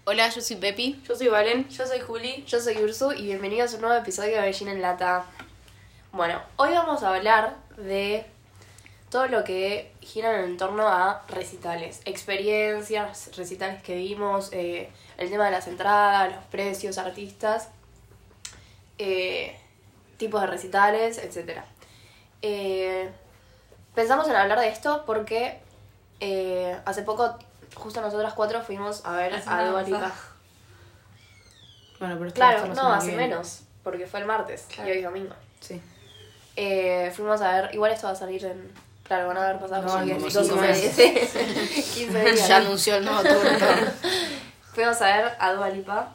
Hola, yo soy Pepi. Yo soy Valen. Yo soy Juli. Yo soy Ursu y bienvenidos a un nuevo episodio de Bellina en Lata. Bueno, hoy vamos a hablar de todo lo que gira en torno a recitales, experiencias, recitales que vimos, el tema de las entradas, los precios, artistas, tipos de recitales, etc. Pensamos en hablar de esto porque hace poco, justo nosotras 4 fuimos a ver a Dua Lipa. Bueno, pero esto Claro, no, hace menos, porque fue el martes y hoy es domingo. Sí. Fuimos a ver, igual esto va a salir en... Claro, van a haber pasado No, como como 12 5 meses. 15 días. Ya anunció el nuevo turno. Fuimos a ver a Dua Lipa.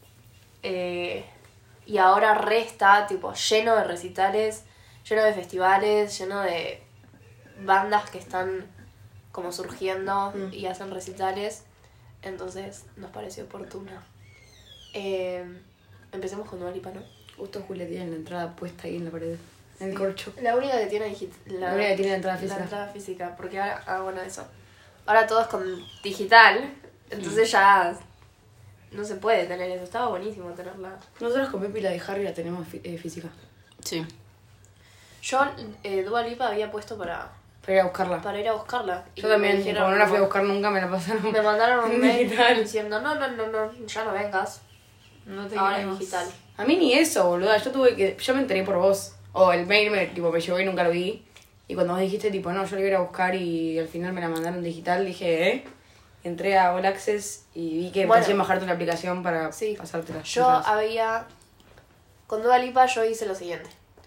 Y ahora está tipo lleno de recitales, lleno de festivales, lleno de bandas que están como surgiendo y hacen recitales. Entonces nos pareció oportuno. Empecemos con Dua Lipa, ¿no? Justo Julia tiene la entrada puesta ahí en la pared. En el corcho. La única que tiene La única que tiene la entrada física. La entrada física, porque ahora, bueno, eso. Ahora todo es con digital, entonces ya no se puede tener eso. Estaba buenísimo tenerla. Nosotros con Pepi la de Harry la tenemos física. Sí. Yo, Dua Lipa había puesto para Para ir a buscarla. ir a buscarla. Yo también, como no la fui a buscar nunca, me la pasaron. Me mandaron un mail digital. diciendo, no, ya no vengas. No te Ahora es queremos. digital. A mí ni eso, boluda. Yo me enteré por vos. O el mail me llegó y nunca lo vi. Y cuando vos dijiste, tipo, no, yo lo iba a ir a buscar y al final me la mandaron digital, dije, Entré a All Access y vi que Bueno. te hacían bajarte la aplicación para Sí. pasártela. Yo había... Con Dua Lipa yo hice lo siguiente.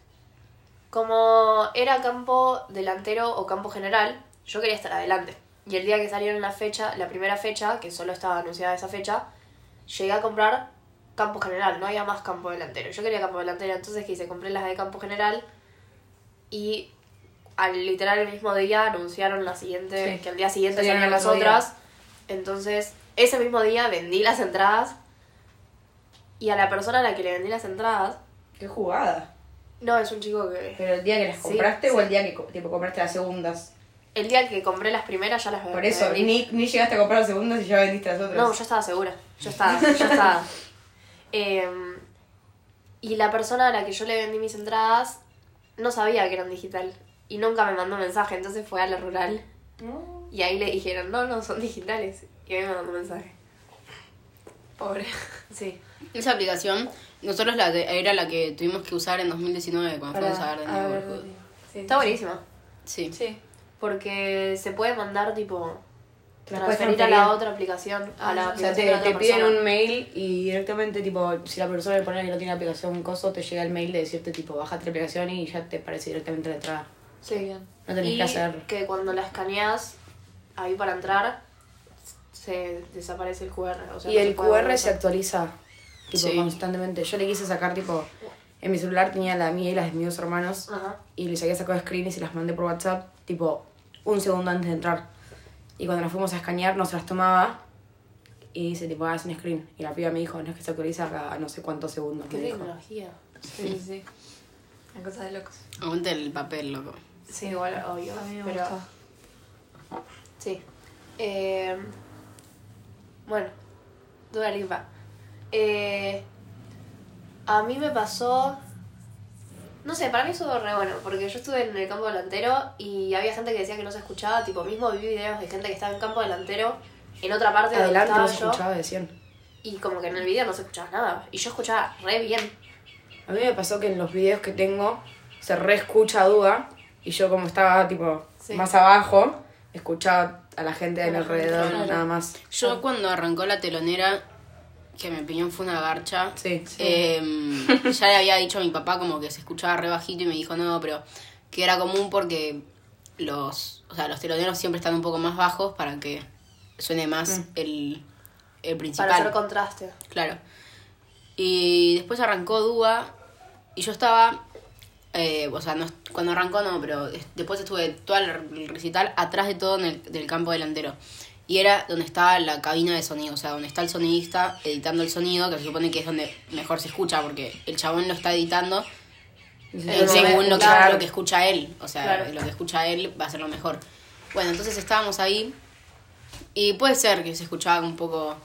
Como era campo delantero o campo general, yo quería estar adelante. Y el día que salieron la primera fecha, que solo estaba anunciada esa fecha, llegué a comprar campo general, no había más campo delantero. Yo quería campo delantero, entonces ¿qué hice? Compré las de campo general y literal el mismo día anunciaron la siguiente, Sí. que al día siguiente Salieron salían el las otro día. otras. Entonces, ese mismo día vendí las entradas y a la persona a la que le vendí las entradas, Qué jugada. no, es un chico que... ¿Pero el día que las Sí, compraste sí. o el día que tipo, compraste las segundas? El día que compré las primeras ya las vendí. Por eso, y ni llegaste a comprar las segundas y ya vendiste las otras. No, yo estaba segura. Yo estaba. Y la persona a la que yo le vendí mis entradas no sabía que eran digital. Y nunca me mandó mensaje, entonces fue a la rural. Y ahí le dijeron, no, son digitales. Y a mí me mandó un mensaje. Pobre. Sí. Esa aplicación, nosotros era la que tuvimos que usar en 2019 cuando fuimos a ver de nuevo. Sí, Está buenísima. Sí. Sí. Porque se puede mandar tipo... Te las puedes transferir a transferir. la otra aplicación. A la O sea, aplicación de la te otra piden persona. un mail y directamente, tipo, si la persona le pone que no tiene aplicación, un coso, te llega el mail de decirte, tipo, bájate la aplicación y ya te aparece directamente la entrada. Sí, bien. No tenés y que hacer. que cuando la escaneas ahí para entrar se desaparece el QR. O sea, Y no el se puede QR volver se a- actualiza, tipo, Sí. constantemente. Yo le quise sacar, tipo, en mi celular tenía la mía y las de mis dos hermanos. Ajá. Y les había sacado screen y se las mandé por WhatsApp, tipo, un segundo antes de entrar. Y cuando las fuimos a escanear, no se las tomaba. Y dice, tipo, es un screen. Y la piba me dijo, no es que se actualiza cada no sé cuántos segundos. Qué Me dijo. tecnología. Sí. Una cosa de locos. Aguante el papel, loco. Sí, igual, obvio. A mí me pero gusta. sí. Bueno, Dua Lipa. A mí me pasó... No sé, para mí estuvo re bueno, porque yo estuve en el campo delantero y había gente que decía que no se escuchaba, tipo, mismo vi videos de gente que estaba en campo delantero en otra parte de donde Adelante estaba no se yo, escuchaba, decían. y como que en el video no se escuchaba nada, y yo escuchaba re bien. A mí me pasó que en los videos que tengo se reescucha a Dua y yo como estaba tipo Sí. más abajo, escuchaba a la gente de mi A la gente, alrededor claro. nada más. Yo cuando arrancó la telonera, que mi opinión fue una garcha, Sí. ya le había dicho a mi papá como que se escuchaba re bajito y me dijo no, pero que era común porque los teloneros siempre están un poco más bajos para que suene más el principal. Para hacer contraste. Claro. Y después arrancó Dua y yo estaba, cuando arrancó no, pero después estuve todo el recital atrás de todo del campo delantero. Y era donde estaba la cabina de sonido, o sea, donde está el sonidista editando el sonido, que se supone que es donde mejor se escucha, porque el chabón lo está editando según lo que escucha él. O sea, Claro. lo que escucha él va a ser lo mejor. Bueno, entonces estábamos ahí y puede ser que se escuchaba un poco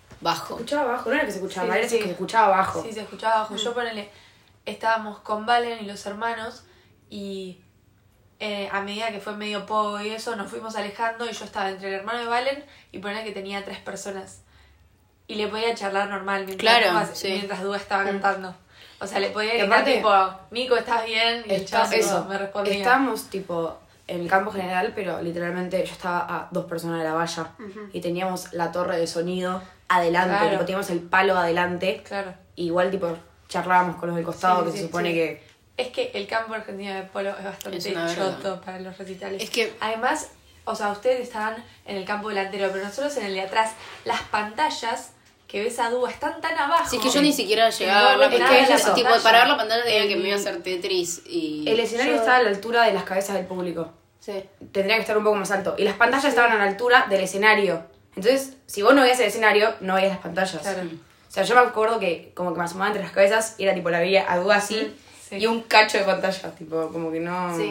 bajo. Escuchaba abajo, no era que se escuchaba Sí, mal, era sí. que se escuchaba abajo. Sí, se escuchaba abajo. Yo ponele, estábamos con Valen y los hermanos y a medida que fue medio poco y eso, nos fuimos alejando y yo estaba entre el hermano de Valen y ponele que tenía 3 personas. Y le podía charlar normal mientras, Claro, Dúa, sí. mientras Dúa estaba cantando. O sea, le podía Y gritar aparte- tipo, Nico, ¿estás bien? Y el chavo Eso, me respondía. estábamos tipo en el campo general, pero literalmente yo estaba a 2 personas de la valla y teníamos la torre de sonido adelante, Claro. tipo teníamos el palo adelante. Claro. Igual tipo charlábamos con los del costado, Sí, que sí, se supone sí. que Es que el campo argentino de polo es bastante Es una verga. choto para los recitales. Es que- Además, o sea, ustedes estaban en el campo delantero, pero nosotros en el de atrás, las pantallas que ves a Dúa están tan abajo. Sí, es que yo ni siquiera llegaba a ver no la ves nada pantalla. de la Tipo, pantalla. para ver la pantalla tenía que El- me iba a hacer Tetris y... el escenario Yo- estaba a la altura de las cabezas del público. Sí. Tendría que estar un poco más alto. Y las pantallas estaban a la altura del escenario. Entonces, si vos no veías el escenario, no veías las pantallas. Claro. O sea, yo me acuerdo que como que me asomaba entre las cabezas y era tipo la veía a Dúa así Sí. y un cacho de pantalla. Tipo, como que no... Sí.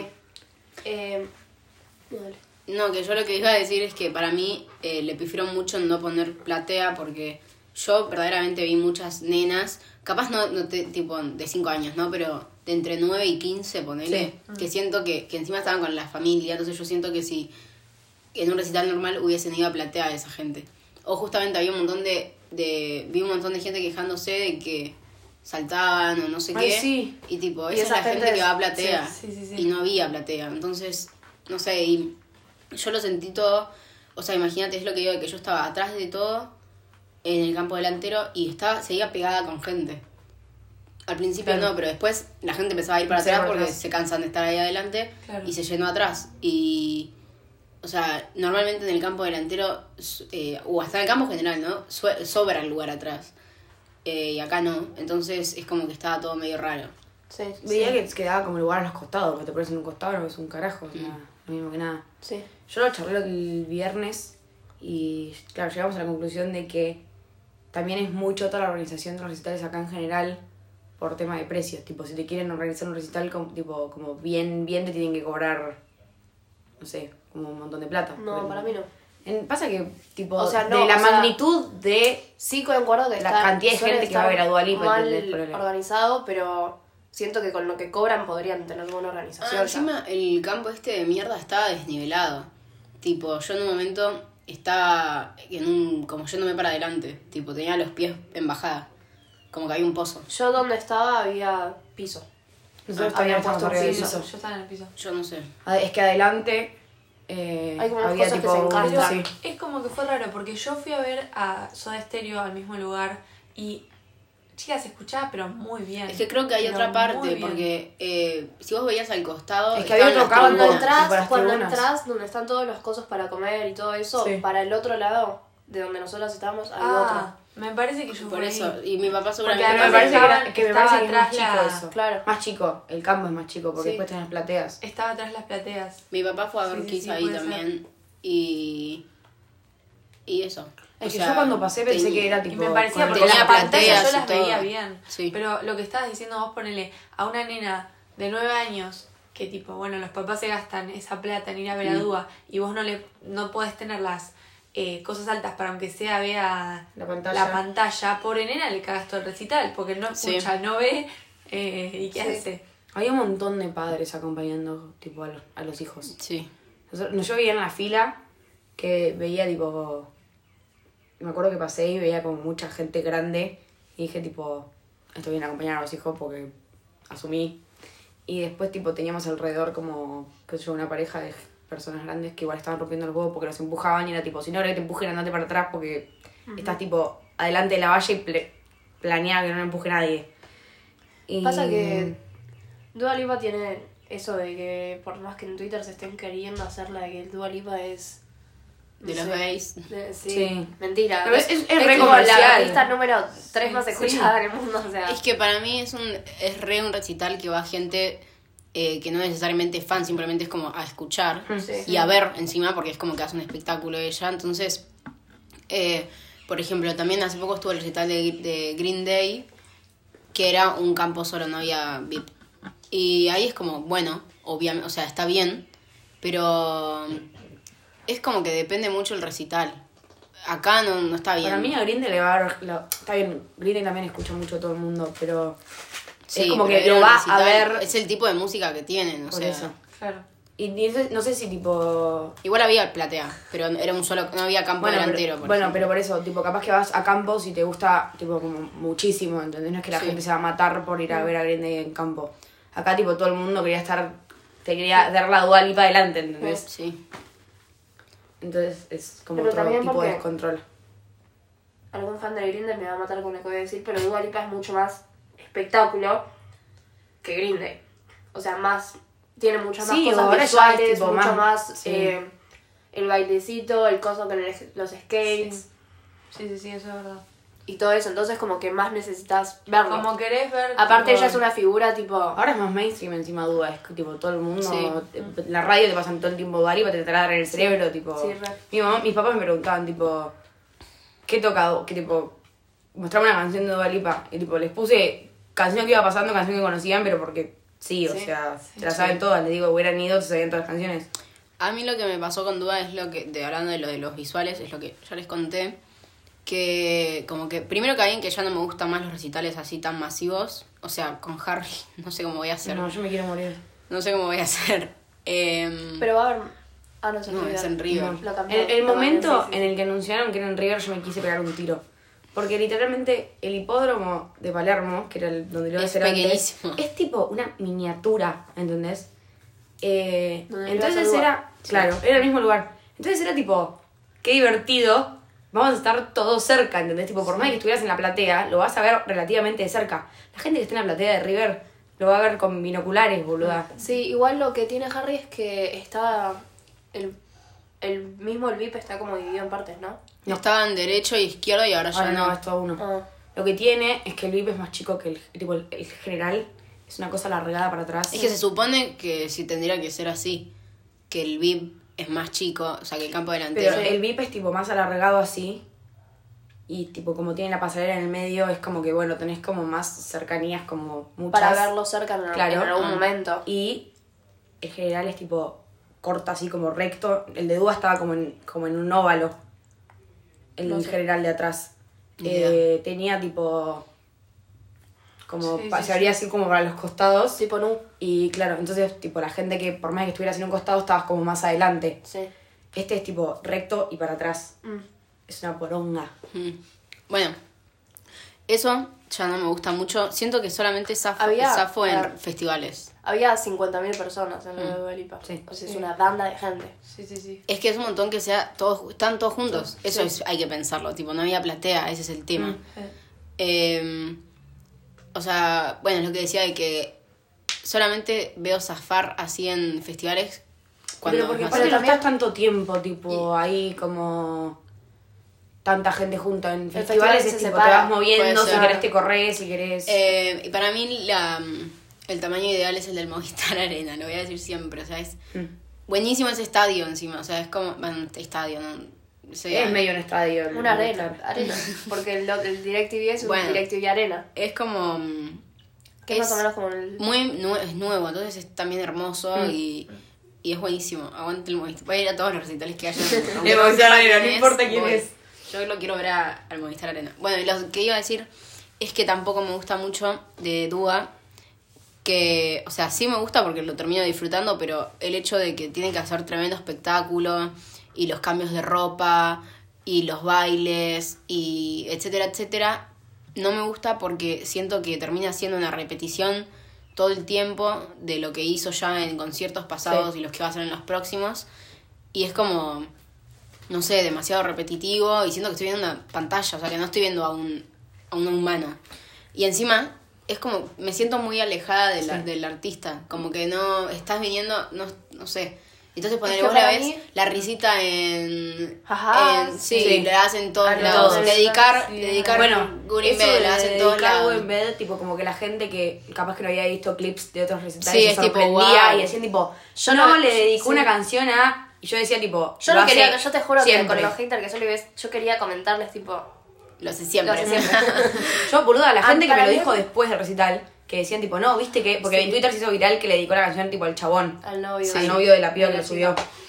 Dale. No, que yo lo que iba a decir es que para mí le prefiero mucho no poner platea porque yo verdaderamente vi muchas nenas, capaz no tipo de 5 años, ¿no? Pero de entre 9 y 15, ponele, que siento que encima estaban con la familia, entonces yo siento que si en un recital normal hubiesen ido a platea a esa gente. O justamente había un montón vi un montón de gente quejándose de que saltaban o no sé Ay, qué. sí. Y tipo, Y esa es esa la gente gente que va a platea. sí. Y no había platea. Entonces, no sé, y yo lo sentí todo. O sea, imagínate, es lo que digo, de que yo estaba atrás de todo, en el campo delantero, y seguía pegada con gente. Al principio Claro. no, pero después la gente empezaba a ir para Sí, atrás para porque atrás. se cansan de estar ahí adelante Claro. y se llenó atrás. Y, o sea, normalmente en el campo delantero, o hasta en el campo general, ¿no? Sobra el lugar atrás. Y acá no. Entonces es como que estaba todo medio raro. Sí. Veía que quedaba como lugar a los costados, que te pones en un costado no ves un carajo, o sea, lo mismo que nada. Sí. Yo lo charlé el viernes y claro, llegamos a la conclusión de que también es muy chota la organización de los recitales acá en general por tema de precios. Tipo, si te quieren organizar un recital como bien te tienen que cobrar, no sé, como un montón de plata. No, Porque- para mí no. Pasa que, tipo, O sea, no, de la o sea, magnitud de... Sí, concuerdo que La está, cantidad de suele gente que va a ver a Dua Lipa, mal ¿entendés? Ponele. organizado, pero siento que con lo que cobran podrían tener buena organización. ya. Encima el campo este de mierda estaba desnivelado. Tipo, yo en un momento estaba como yéndome para adelante. Tipo, tenía los pies en bajada. Como que había un pozo. Yo donde estaba había piso. Nosotros habían también estamos puesto un arriba del piso. piso. Yo estaba en el piso. Yo no sé. Es que adelante Hay como unas había cosas que tipo se un- encastran. sí. Es como que fue raro porque yo fui a ver a Soda Stereo al mismo lugar y chicas, se escuchaba pero muy bien. Es que creo que hay Pero otra muy parte, bien. porque si vos veías al costado... Es que había estaban otro las campo. Cuando tribunas. tipo las cuando tribunas. entras, donde están todos los cosas para comer y todo eso, Sí. para el otro lado, de donde nosotros estábamos, hay Ah, me parece que yo Por fui eso, ahí. y mi papá seguramente... Pero me además parece estaban- que es estaba más atrás chico la- eso. Claro. Más chico, el campo es más chico porque Sí. después tenés las plateas. Estaba atrás las plateas. Mi papá fue a ver Sí, sí, Kiss sí, ahí puede también. Y eso. Es O que sea, yo cuando pasé pensé que era Y tipo... me parecía con el porque tenía las costado. pantallas yo plateas y las todo. veía bien. Sí. Pero lo que estabas diciendo vos, ponele a una nena de 9 años que tipo, bueno, los papás se gastan esa plata en ir a ver a Dúa y vos no podés tener las cosas altas para aunque sea vea La pantalla. pantalla. Pobre nena le cagas todo el recital porque no Sí. escucha, no ve y qué Sí. hace. Había un montón de padres acompañando tipo a los hijos. Sí. Yo veía en la fila que veía tipo... Me acuerdo que pasé y veía como mucha gente grande y dije tipo, esto viene a acompañar a los hijos porque asumí. Y después tipo teníamos alrededor como, qué sé yo, una pareja de personas grandes que igual estaban rompiendo los huevos porque los empujaban y era tipo, si no querés que te empujen, andate para atrás porque estás tipo adelante de la valla y planeaba que no me empuje nadie. Y... Pasa que Dua Lipa tiene eso de que por más que en Twitter se estén queriendo hacer la de que Dua Lipa es... De los gays. Sí. Sí. Mentira. Pero es re tipo comercial. la artista número 3 más Sí. escuchada en el mundo. O sea, Es que para mí es re un recital que va gente que no necesariamente es fan, simplemente es como a escuchar Sí. y a ver encima porque es como que hace un espectáculo ella. Entonces, por ejemplo, también hace poco estuvo el recital de Green Day, que era un campo solo, no había VIP. Y ahí es como, bueno, obviamente, o sea, está bien, pero es como que depende mucho el recital. acá no está bien. Para mí a Green Day le va a dar... Está bien, Green Day también escucha mucho a todo el mundo, pero... Sí, es como pero que era lo un va recital, a ver... Es el tipo de música que tienen, o Por sea. eso. Claro. Y no sé si tipo... Igual había platea, pero era un solo, no había campo delantero. Pero por eso, tipo, capaz que vas a campos y te gusta, tipo, como muchísimo, ¿entendés? No es que la Sí. gente se va a matar por ir a ver a Green Day en campo. Acá, tipo, todo el mundo te quería dar la Dua Lipa adelante, ¿entendés? Sí. Entonces es como Pero otro también tipo de porque- descontrol. Algún fan de Green Day me va a matar con lo que voy a decir, pero Dua Lipa es mucho más espectáculo que Green Day. O sea, tiene muchas más Sí, cosas ahora ya es visuales, tipo mucho más- más sí. el bailecito, el coso con los skates Sí, eso es verdad. y todo eso. Entonces como que más necesitas verlo. Como querés ver... Aparte tipo, ella es una figura tipo... Ahora es más mainstream encima Dua, es que, tipo, todo el mundo, Sí. en la radio te pasan todo el tiempo Dua Lipa, te taladran en el cerebro, tipo... Sí, re. Mis papás me preguntaban, tipo, ¿qué tocado? Que tipo, mostraba una canción de Dua Lipa y tipo, les puse canción que iba pasando, canción que conocían, pero porque sí, o sea, se la saben todas, les digo, hubieran ido, se sabían todas las canciones. A mí lo que me pasó con Dua es hablando de lo de los visuales, es lo que ya les conté, que como que, primero que alguien que ya no me gustan más los recitales así tan masivos, o sea, con Harry, no sé cómo voy a hacer, No, yo me quiero morir. no sé cómo voy a hacer. Pero va a haber... Ah, no, es en No, River. es en River. No. Lo cambiaron. El Lo momento cambiaron, sí, sí. en el que anunciaron que era en River, yo me quise pegar un tiro. Porque literalmente el hipódromo de Palermo, que era donde lo iba a Es hacer antes, pequeñísimo. es tipo una miniatura, ¿entendés? Donde lo ibas a Entonces lugar. era, claro, era el mismo lugar. Entonces era tipo, qué divertido, vamos a estar todos cerca, ¿entendés? Tipo, por más que estuvieras en la platea, lo vas a ver relativamente de cerca. La gente que está en la platea de River lo va a ver con binoculares, boluda. Sí, igual lo que tiene Harry es que está... El VIP está como dividido en partes, ¿no? No. Estaban derecho e izquierdo y ahora ya Ahora no, no. es todo uno. Ah. Lo que tiene es que el VIP es más chico que el general. Es una cosa alargada para atrás. Es que se supone que sí tendría que ser así, que el VIP es más chico, o sea, que el campo delantero. Pero el VIP es tipo más alargado así. Y tipo como tiene la pasarela en el medio, es como que bueno, tenés como más cercanías, como muchas. Para verlo cerca en, Claro. en algún Ah. momento. Y el general es tipo corta así como recto. El de Dúa estaba como en un óvalo. El No sé. general de atrás. Mira. Tenía tipo... Como Sí, se abría así como para los costados. Tipo nu. Y claro, entonces tipo la gente que por más que estuvieras en un costado estabas como más adelante. Sí. Este es tipo recto y para atrás. Mm. Es una poronga. Mm. Bueno, eso ya no me gusta mucho. Siento que solamente zafo en a ver. festivales. Había 50.000 personas en lo de Dua Lipa. Sí. O sea, es una banda de gente. Sí. Es que es un montón que están todos juntos. Eso hay que pensarlo. Tipo, no había platea, ese es el tema. O sea, bueno, es lo que decía de que solamente veo zafar así en festivales cuando Pero porque es aparte más- no también- estás tanto tiempo, tipo, ahí como tanta gente junta. En festival festivales se es tipo, te separa. vas moviendo, Puede si ser. querés te corres, si querés... y para mí el tamaño ideal es el del Movistar Arena, lo voy a decir siempre. O sea, es buenísimo ese estadio encima. O sea, es como... Bueno, estadio, ¿no? O sea, es medio un estadio. Una arena. Porque el DirecTV es un Bueno. DirecTV Arena. es como... Que es más o menos como el... es nuevo, entonces es también hermoso y es buenísimo. Aguante el Movistar. Voy a ir a todos los recitales que haya. aunque El Movistar sepa Arena, quién no es, importa quién voy. es. Yo lo quiero ver al Movistar Arena. Bueno, y lo que iba a decir es que tampoco me gusta mucho de Dua. Que, o sea, sí me gusta porque lo termino disfrutando, pero el hecho de que tiene que hacer tremendo espectáculo y los cambios de ropa y los bailes y etcétera, etcétera, no me gusta porque siento que termina siendo una repetición todo el tiempo de lo que hizo ya en conciertos pasados y los que va a hacer en los próximos. Y es como, no sé, demasiado repetitivo y siento que estoy viendo una pantalla, o sea, que no estoy viendo a un humano. Y encima es como, me siento muy alejada del artista, como que no estás viniendo, no sé. Entonces poner Es que vos la para ves, mí- la risita en... Ajá, sí, sí. le das en todos Ah, no, lados. todos. Dedicar Bueno, Green eso Bay, le das en todos dedicar lados. Green Bay, tipo como que la gente que capaz que no había visto clips de otros recitales Sí, se es tipo, sorprendía wow. y decían tipo, Yo no, no- le dedicó sí. una canción a... Y yo decía tipo, Yo lo no quería, hace yo te juro que siempre. con los haters que yo le ves, yo quería comentarles tipo... Lo sé siempre. Lo sé siempre. Yo, boluda, la gente que me para lo mí- dijo después del recital, que decían tipo, no, viste que... Porque Sí. en Twitter se hizo viral que le dedicó la canción tipo al chabón. Al novio. Al novio de la piba que lo chica. subió.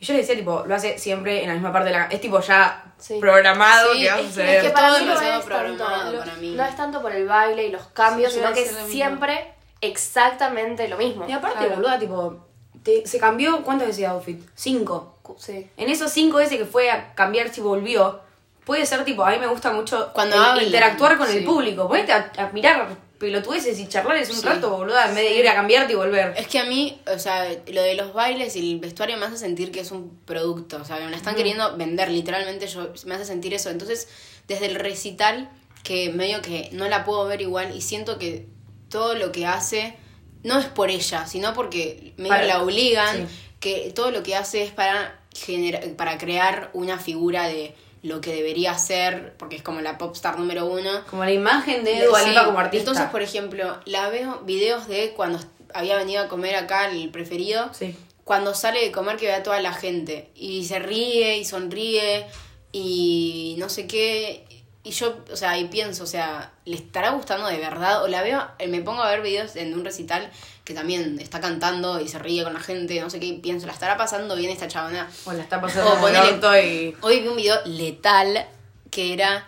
Y yo le decía, tipo, lo hace siempre en la misma parte de la... Es tipo ya Sí. programado Sí, que va a es suceder. Es que Todo para mí no demasiado es, tanto, programado para mí. no es tanto por el baile y los cambios, Sí, yo sino iba a que decir lo es mismo. siempre exactamente lo mismo. Y aparte, Claro. boluda, tipo, se cambió, ¿cuántas veces de outfit? 5. Sí. En esos 5 veces que fue a cambiar, si volvió, puede ser tipo, a mí me gusta mucho Cuando hablan, interactuar con sí. el público. Ponete a mirar pelotudeces y charlarles un Sí. rato, boluda, en vez de ir a cambiarte y volver. Es que a mí, o sea, lo de los bailes y el vestuario me hace sentir que es un producto, o sea, que me la están queriendo vender, literalmente me hace sentir eso. Entonces, desde el recital, que medio que no la puedo ver igual y siento que todo lo que hace no es por ella, sino porque medio Para- la obligan, sí. que todo lo que hace es para crear una figura de lo que debería ser, porque es como la popstar número 1. Como la imagen de Dua Lipa Sí, como artista. Entonces, por ejemplo, la veo videos de cuando había venido a comer acá el preferido, Sí. cuando sale de comer que ve a toda la gente y se ríe y sonríe y no sé qué, y yo, o sea, y pienso, o sea, ¿le estará gustando de verdad? O la veo, me pongo a ver videos en un recital que también está cantando y se ríe con la gente, no sé qué, y pienso, ¿la estará pasando bien esta chabona? O la está pasando O como el ponele- orto y... Hoy vi un video letal que era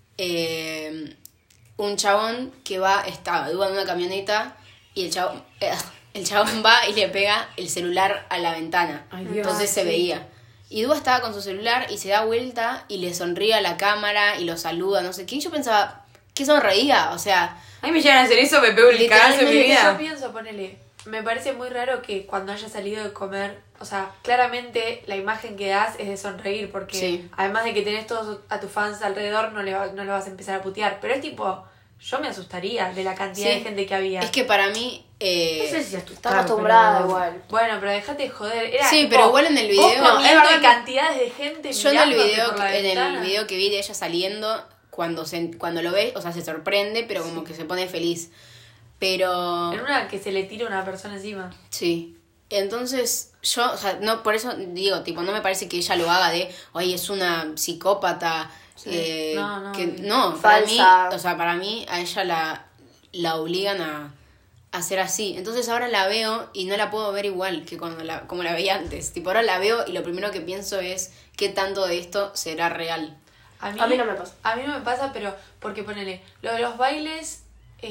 un chabón que estaba en una camioneta y el chabón va y le pega el celular a la ventana. Ay, Dios. Entonces se veía. Y Dua estaba con su celular y se da vuelta y le sonríe a la cámara y lo saluda, no sé qué. Y yo pensaba, ¿qué sonreía? O sea, A mí me llegan a hacer eso, me pego el cagazo en mi Literalmente, Yo vida. pienso, ponele, me parece muy raro que cuando haya salido de comer, o sea, claramente la imagen que das es de sonreír, porque Sí. además de que tenés todos a tus fans alrededor, no lo vas a empezar a putear. Pero es tipo, yo me asustaría de la cantidad Sí. de gente que había. es que para mí... No sé si Está acostumbrada pero- igual. Bueno, pero dejate de joder. Era Sí, tipo, pero igual en el video- vos No, poniendo es verdad que- cantidades de gente Yo en el mirándote video, por la ventana. que vi de ella saliendo, cuando lo ves, o sea, se sorprende, pero como que se pone feliz. Pero... En una que se le tira una persona encima. Sí. Entonces, yo, o sea, no, por eso digo, tipo, no me parece que ella lo haga de, oye, es una psicópata. Sí. No. No, para mí, Falsa. o sea, para mí a ella la obligan a ser así. Entonces ahora la veo y no la puedo ver igual que como la veía antes. Tipo, ahora la veo y lo primero que pienso es qué tanto de esto será real. A mí no me pasa. A mí no me pasa, pero porque ponele, lo de los bailes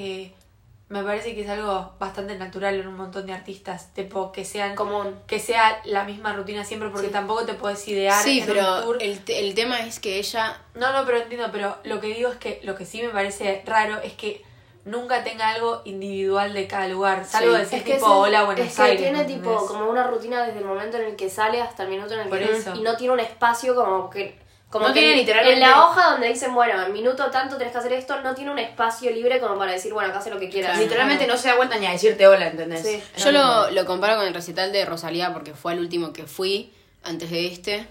me parece que es algo bastante natural en un montón de artistas, tipo que sean Común. que sea la misma rutina siempre, porque Sí. tampoco te puedes idear Sí, en pero un tour. el tema es que ella... No, pero entiendo, pero lo que digo es que lo que sí me parece raro es que nunca tenga algo individual de cada lugar, salvo Sí. decir Es que tipo ese- hola Buenos es que Aires. tiene ¿me tipo entendés? como una rutina desde el momento en el que sale hasta el minuto en el Por que eso. y no tiene un espacio como No que tiene literalmente- en la hoja donde dicen, bueno, en minuto tanto tenés que hacer esto, no tiene un espacio libre como para decir, bueno, acá hace lo que quieras. Claro. Literalmente no se da vuelta ni a decirte hola, ¿entendés? Sí. Es Yo mismo. lo comparo con el recital de Rosalía porque fue el último que fui antes de este.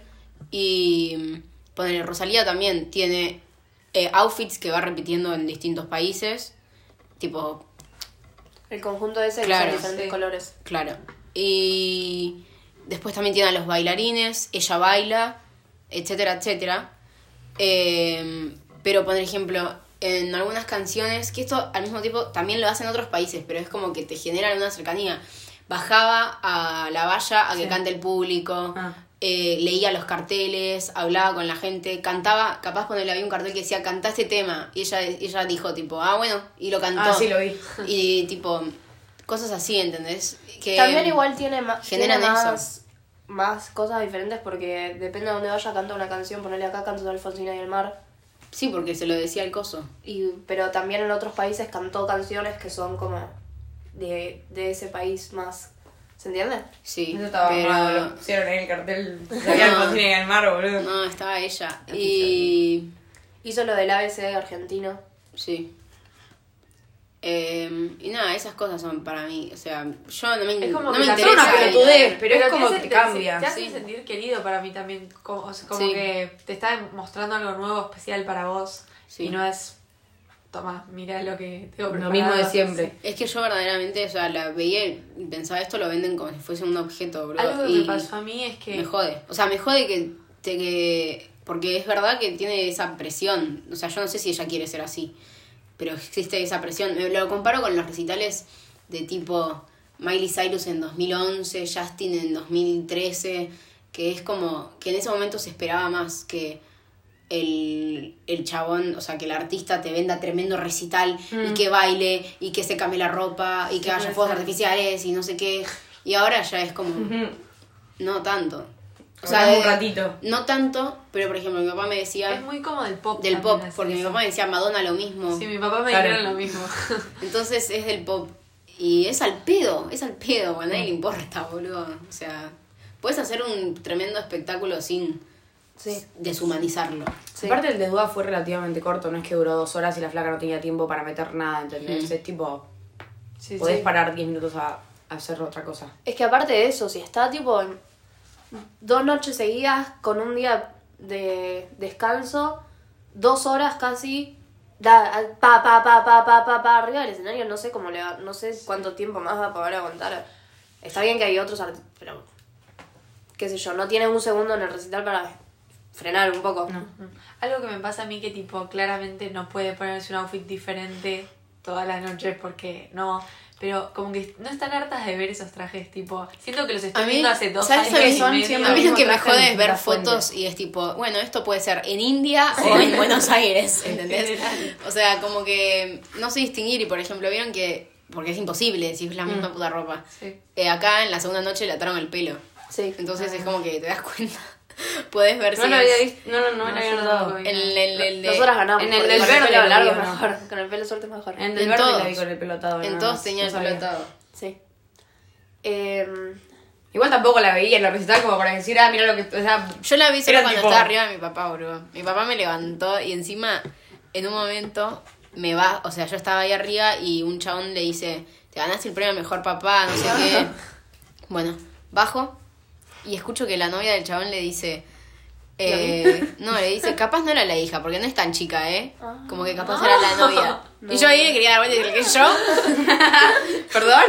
Y poner Rosalía también tiene outfits que va repitiendo en distintos países. Tipo, El conjunto ese Claro. que son diferentes Sí. colores. claro. Y después también tiene a los bailarines, ella baila, etcétera, etcétera. Pero, por ejemplo, en algunas canciones, que esto al mismo tiempo también lo hacen otros países, pero es como que te generan una cercanía. Bajaba a la valla a que Sí. cante el público, Ah. leía los carteles, hablaba con la gente, cantaba, capaz cuando había un cartel que decía, cantá este tema, y ella dijo tipo, ah, bueno, y lo cantó. Ah, sí, lo vi. Y tipo, cosas así, ¿entendés? Que También igual tiene más, generan más cosas diferentes porque depende de dónde vaya, canta una canción, ponerle acá canto de Alfonsina y el mar. Sí, porque se lo decía el coso. Pero también en otros países cantó canciones que son como de ese país más. ¿Se entiende? Sí, Eso estaba pero... armado, lo pusieron ahí en el cartel. Había Alfonsina en el mar, boludo. No, estaba ella. Y... Hizo lo del ABC argentino. Sí. Y nada, esas cosas son para mí. O sea, yo no me, Es como no que me también interesa. una pelotudez, pero es como te que te cambia. Te hace Sí. sentir querido para mí también. Como, o sea, como Sí. que te está mostrando algo nuevo, especial para vos. Sí. Y no es, toma, mira lo que tengo Lo preparado. mismo de siempre. Es que yo verdaderamente, o sea, la veía y pensaba, esto lo venden como si fuese un objeto, bro. Algo que y me pasó a mí es que... me jode. O sea, me jode que porque es verdad que tiene esa presión. O sea, yo no sé si ella quiere ser así. Pero existe esa presión. Me lo comparo con los recitales de tipo Miley Cyrus en 2011, Justin en 2013. que es como que en ese momento se esperaba más que el chabón, o sea, que el artista te venda tremendo recital y que baile y que se cambie la ropa y que haya fuegos artificiales y no sé qué. Y ahora ya es como, no tanto. O sea, un ratito. No tanto, pero por ejemplo, mi papá me decía... Es muy como del pop. Del también pop, hacer porque mi eso. papá me decía Madonna lo mismo. Sí, mi papá me Claro. dijeron lo mismo. Entonces es del pop. Y es al pedo, a nadie le importa, boludo. O sea, puedes hacer un tremendo espectáculo sin Sí. deshumanizarlo. Sí. Aparte el de Dua fue relativamente corto, no es que duró 2 horas y la flaca no tenía tiempo para meter nada, ¿entendés? Es tipo, Sí, podés sí. parar 10 minutos a hacer otra cosa. Es que aparte de eso, si está tipo en 2 noches seguidas con un día de descanso, 2 horas casi, arriba del escenario, no sé cómo le va, no sé cuánto tiempo más va a poder aguantar. Está bien que hay otros artistas, pero qué sé yo, no tiene un segundo en el recital para frenar un poco. Algo que me pasa a mí que tipo claramente no puede ponerse un outfit diferente todas las noches porque no, pero como que no están hartas de ver esos trajes, tipo, siento que los estoy A mí, viendo hace 2 ¿sabes? años A mí y son medio. siempre A mí lo que me traje jode en es ver distintas fotos fuentes. y es tipo, bueno, esto puede ser en India o en Buenos Aires, ¿entendés? Literal. O sea, como que no sé distinguir y, por ejemplo, vieron que, porque es imposible si es la misma puta ropa. Sí. Acá en la segunda noche le ataron el pelo. Sí. Entonces es como que te das cuenta. Puedes ver No si lo había es- visto, no me lo había yo notado. tampoco vi. el de... Nosotras ganamos. en el porque del con verde pelo lo largo vi, es ¿no? mejor. Con el pelo suelto es mejor. En el del En verde todos. la vi con el pelo atado. En nada todos más, tenía el no pelo sabía. atado. Sí. Igual tampoco la veía en la recital como para decir, mira lo que... O sea, Yo la vi solo Era cuando tipo- estaba arriba de mi papá, bro. Mi papá me levantó y encima, en un momento, me va... O sea, yo estaba ahí arriba y un chabón le dice, te ganaste el premio a mejor papá, no sé qué. Bueno, bajo y escucho que la novia del chabón le dice... no, le dice, capaz no era la hija, porque no es tan chica, ¿eh? Como que capaz era la novia. Y yo ahí le quería dar vuelta y decirle, ¿qué yo? ¿Perdón?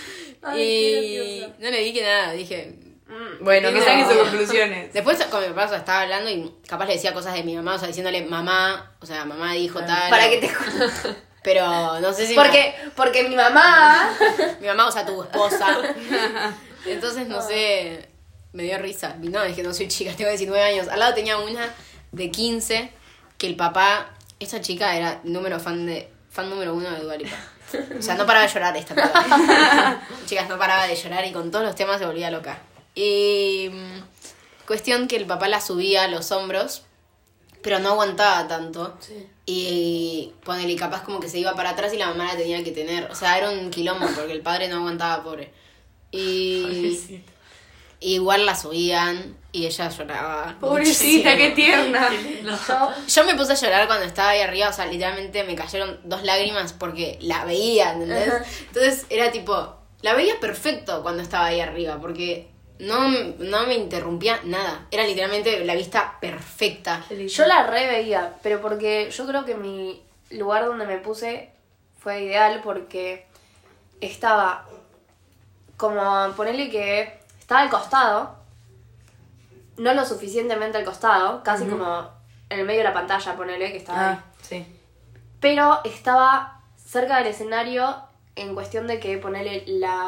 Y no le dije nada, dije... Bueno, que No. saquen sus conclusiones. Después con mi papá, o sea, estaba hablando y capaz le decía cosas de mi mamá, o sea, diciéndole mamá, o sea, mamá dijo tal. Para o- que te... Pero no sé si... Porque mi mamá... Mi mamá, o sea, tu esposa. Entonces, no sé, me dio risa. Y no, es que no soy chica, tengo 19 años. Al lado tenía una de 15 que el papá, esa chica era fan número 1 de Dua Lipa. O sea, no paraba de llorar esta piba. Chicas, no paraba de llorar y con todos los temas se volvía loca. Y cuestión que el papá la subía a los hombros, pero no aguantaba tanto. Sí. Y ponele, capaz como que se iba para atrás y la mamá la tenía que tener. O sea, era un quilombo porque el padre no aguantaba, pobre. Y Pobrecita. igual la subían y ella lloraba. Pobrecita, qué tierna. Yo me puse a llorar cuando estaba ahí arriba, o sea, literalmente me cayeron 2 lágrimas porque la veía, ¿entendés? Entonces era tipo, la veía perfecto cuando estaba ahí arriba, porque no me interrumpía nada. Era literalmente la vista perfecta. Yo la reveía, pero porque yo creo que mi lugar donde me puse fue ideal porque estaba como, ponerle que estaba al costado, no lo suficientemente al costado, casi como en el medio de la pantalla, ponerle que estaba ahí. Sí. Pero estaba cerca del escenario en cuestión de que ponerle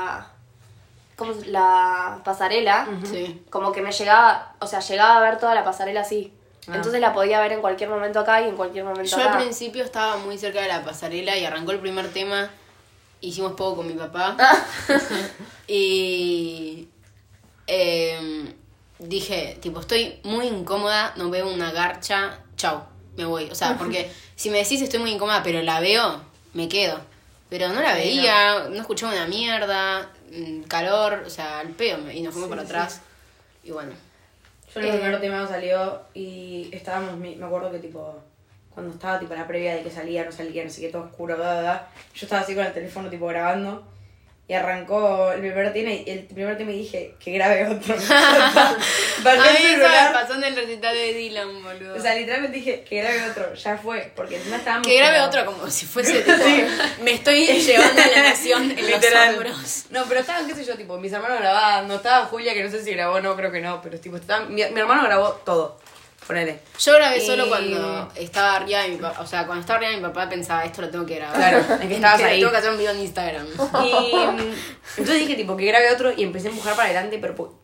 la pasarela, Sí. como que me llegaba, o sea, llegaba a ver toda la pasarela así. Ah. Entonces la podía ver en cualquier momento acá y en cualquier momento Yo acá. al principio estaba muy cerca de la pasarela y arrancó el primer tema. Hicimos poco con mi papá. Y dije, tipo, estoy muy incómoda, no veo una garcha, chau, me voy. O sea, porque si me decís estoy muy incómoda, pero la veo, me quedo. Pero no la veía, no escuchaba una mierda, calor, o sea, al pedo. Y nos fuimos para atrás. Y bueno. Yo en el primer tema salió y estábamos, me acuerdo que tipo, cuando estaba tipo la previa de que salía, no sé qué, todo oscuro, yo estaba así con el teléfono tipo grabando y arrancó el primer tema y dije que grabe otro. Bajé A el mí eso me celular, pasó en el recital de Dylan, boludo. o sea, literalmente dije que grabe otro, ya fue, porque encima estábamos... Que grabe como- otro como si fuese tipo, me estoy llevando a la nación en Literal. los hombros. No, pero estaban, qué sé yo, tipo, mis hermanos grabando, estaba Julia, que no sé si grabó, no, creo que no, pero tipo, mi hermano grabó todo, ponele. Yo grabé Y- solo cuando estaba arriba de mi papá. O sea, cuando estaba arriba de mi papá pensaba, esto lo tengo que grabar. Claro, es que estabas ahí. Tengo que hacer un video en Instagram. Y entonces dije, tipo, que grabe otro y empecé a empujar para adelante, pero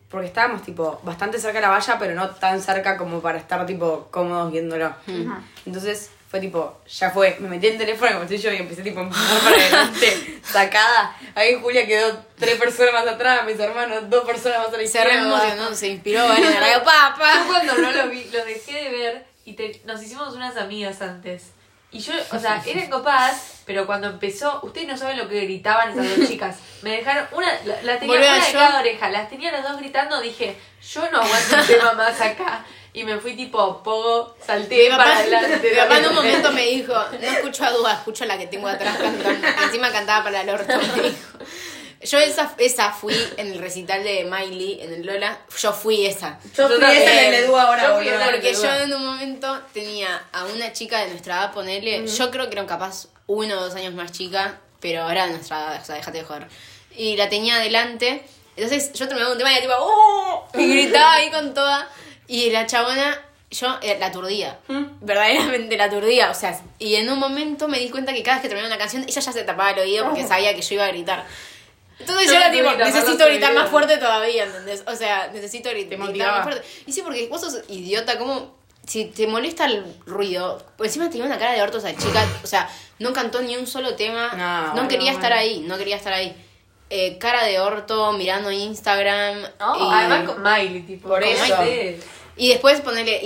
porque estábamos tipo bastante cerca de la valla, pero no tan cerca como para estar tipo cómodos viéndolo. Entonces fue tipo, ya fue, me metí en el teléfono como estoy yo y empecé tipo a empujar para adelante, sacada. Ahí Julia quedó 3 personas más atrás, mis hermanos 2 personas más a la Se izquierda. re emocionó, se inspiró, en el radio, papá. Yo cuando no lo vi, lo dejé de ver y nos hicimos unas amigas antes. Y yo, o sea, eran copadas, pero cuando empezó, ustedes no saben lo que gritaban esas 2 chicas. Me dejaron, la tenía Volvió una de yo. cada oreja, las tenía las 2 gritando, dije, yo no aguanto un tema más acá. Y me fui tipo, pogo, salté Mi para papá, adelante. mi papá en un momento me dijo, no escucho a Dúa, escucho a la que tengo atrás cantando. Que encima cantaba para el orto, me dijo. Yo esa fui en el recital de Miley, en el Lola, yo fui esa. Yo fui también. esa en el Edu ahora, Yo fui boludo. esa en el Porque Edu. yo en un momento tenía a una chica de nuestra edad, ponele, yo creo que eran capaz 1 o 2 años más chica, pero ahora de nuestra edad, o sea, déjate de joder. Y la tenía adelante, entonces yo terminaba un tema y era tipo, ¡oh! Y gritaba ahí con toda, y la chabona, yo la aturdía, verdaderamente la aturdía, o sea, y en un momento me di cuenta que cada vez que terminaba una canción, ella ya se tapaba el oído porque sabía que yo iba a gritar. Entonces yo era tipo, necesito gritar más fuerte todavía, ¿entendés? O sea, necesito gritar motivaba. más fuerte. Y sí, porque vos sos idiota, como si te molesta el ruido, pues encima tenía una cara de orto esa chica, o sea, no cantó ni un solo tema, No, quería bueno. estar ahí, no quería estar ahí. Cara de orto, mirando Instagram. No, además con Miley, tipo. Por con eso. Miley. Y después ponerle,